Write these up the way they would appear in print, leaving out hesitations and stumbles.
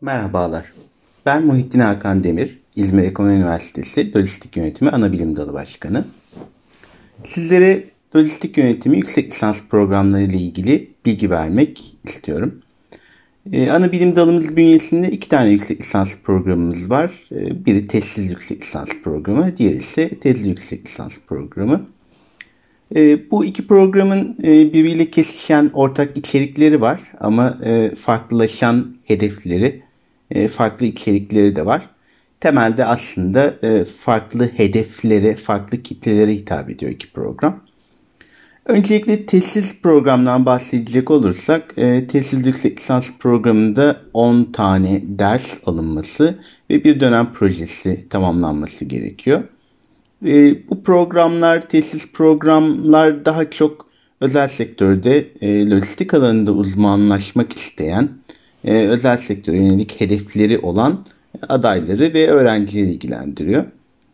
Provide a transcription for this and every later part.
Merhabalar. Ben Muhittin Hakan Demir, İzmir Ekonomi Üniversitesi Lojistik Yönetimi Anabilim Dalı Başkanı. Sizlere lojistik yönetimi yüksek lisans programları ile ilgili bilgi vermek istiyorum. Anabilim dalımız bünyesinde 2 tane yüksek lisans programımız var. Biri tezsiz yüksek lisans programı, diğeri ise tezli yüksek lisans programı. Bu iki programın birbiriyle kesişen ortak içerikleri var ama farklılaşan hedefleri, farklı içerikleri de var. Temelde aslında farklı hedeflere, farklı kitlelere hitap ediyor iki program. Öncelikle tezsiz programdan bahsedecek olursak, tezsiz yüksek lisans programında 10 tane ders alınması ve bir dönem projesi tamamlanması gerekiyor. Bu programlar, tesis programlar daha çok özel sektörde lojistik alanında uzmanlaşmak isteyen, özel sektöre yönelik hedefleri olan adayları ve öğrencileri ilgilendiriyor.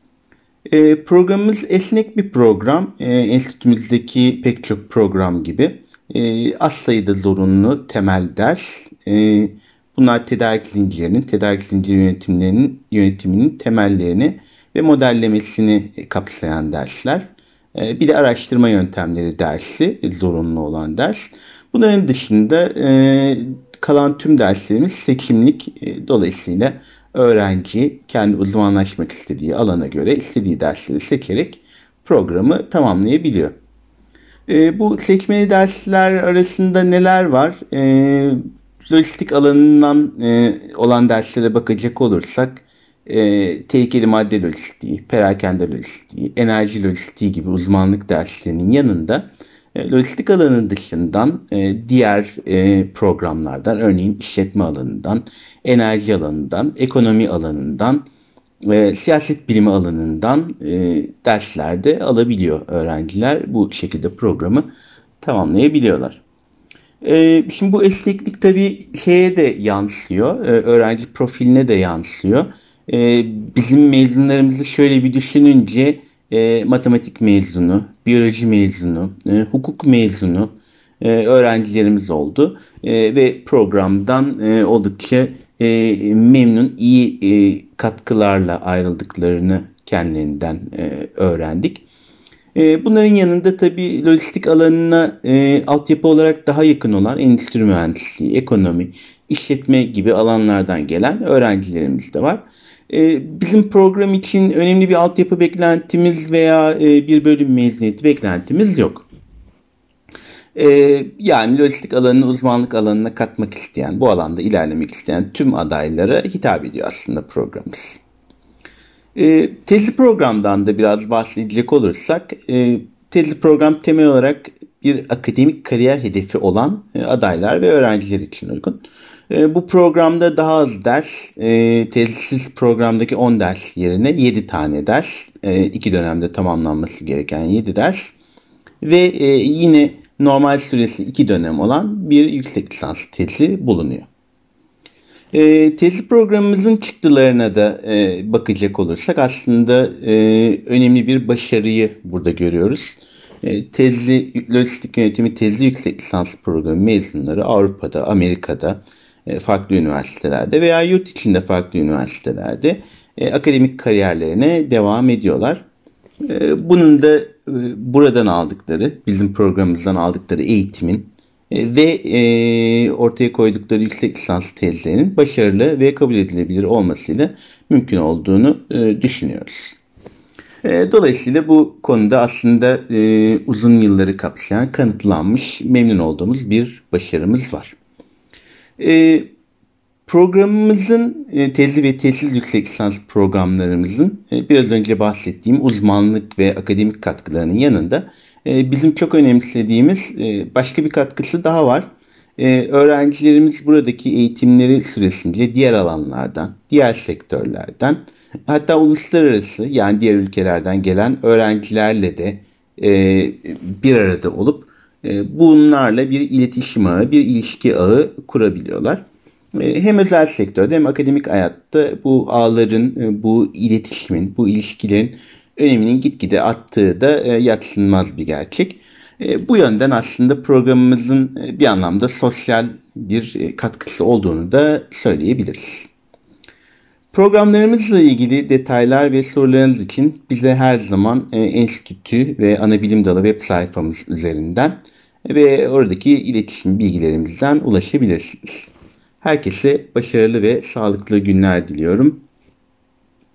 Programımız esnek bir program. Enstitümüzdeki pek çok program gibi. Az sayıda zorunlu temel ders. Bunlar tedarik zincirinin, tedarik zinciri yönetiminin temellerini ve modellemesini kapsayan dersler. Bir de araştırma yöntemleri dersi, zorunlu olan ders. Bunların dışında kalan tüm derslerimiz seçimlik. Dolayısıyla öğrenci kendi uzmanlaşmak istediği alana göre istediği dersleri seçerek programı tamamlayabiliyor. Bu seçmeli dersler arasında neler var? Lojistik alanından olan derslere bakacak olursak, tehlikeli madde lojistiği, perakende lojistiği, enerji lojistiği gibi uzmanlık derslerinin yanında lojistik alanı dışından diğer programlardan, örneğin işletme alanından, enerji alanından, ekonomi alanından, siyaset bilimi alanından derslerde alabiliyor öğrenciler. Bu şekilde programı tamamlayabiliyorlar. Şimdi bu esneklik tabii şeye de yansıyor, öğrenci profiline de yansıyor. Bizim mezunlarımızı şöyle bir düşününce matematik mezunu, biyoloji mezunu, hukuk mezunu öğrencilerimiz oldu. Ve programdan oldukça memnun, iyi katkılarla ayrıldıklarını kendilerinden öğrendik. Bunların yanında tabii lojistik alanına altyapı olarak daha yakın olan endüstri mühendisliği, ekonomi, işletme gibi alanlardan gelen öğrencilerimiz de var. Bizim program için önemli bir altyapı beklentimiz veya bir bölüm mezuniyeti beklentimiz yok. Yani lojistik alanını uzmanlık alanına katmak isteyen, bu alanda ilerlemek isteyen tüm adaylara hitap ediyor aslında programımız. Tezli programdan da biraz bahsedecek olursak, tezli program temel olarak bir akademik kariyer hedefi olan adaylar ve öğrenciler için uygun. Bu programda daha az ders, tezsiz programdaki 10 ders yerine 7 tane ders, 2 dönemde tamamlanması gereken 7 ders ve yine normal süresi 2 dönem olan bir yüksek lisans tezi bulunuyor. Tezli programımızın çıktılarına da bakacak olursak aslında önemli bir başarıyı burada görüyoruz. Tezli lojistik yönetimi tezli yüksek lisans programı mezunları Avrupa'da, Amerika'da, farklı üniversitelerde veya yurt içinde farklı üniversitelerde akademik kariyerlerine devam ediyorlar. Bunun da buradan aldıkları, bizim programımızdan aldıkları eğitimin ve ortaya koydukları yüksek lisans tezlerinin başarılı ve kabul edilebilir olmasıyla mümkün olduğunu düşünüyoruz. Dolayısıyla bu konuda aslında uzun yılları kapsayan, kanıtlanmış, memnun olduğumuz bir başarımız var. Programımızın tezli ve tezsiz yüksek lisans programlarımızın biraz önce bahsettiğim uzmanlık ve akademik katkılarının yanında bizim çok önemsediğimiz başka bir katkısı daha var. Öğrencilerimiz buradaki eğitimleri süresince diğer alanlardan, diğer sektörlerden, hatta uluslararası yani diğer ülkelerden gelen öğrencilerle de bir arada olup bunlarla bir iletişim ağı, bir ilişki ağı kurabiliyorlar. Hem özel sektörde hem akademik hayatta bu ağların, bu iletişimin, bu ilişkilerin öneminin gitgide arttığı da yadsınmaz bir gerçek. Bu yönden aslında programımızın bir anlamda sosyal bir katkısı olduğunu da söyleyebiliriz. Programlarımızla ilgili detaylar ve sorularınız için bize her zaman enstitü ve anabilim dalı web sayfamız üzerinden ve oradaki iletişim bilgilerimizden ulaşabilirsiniz. Herkese başarılı ve sağlıklı günler diliyorum.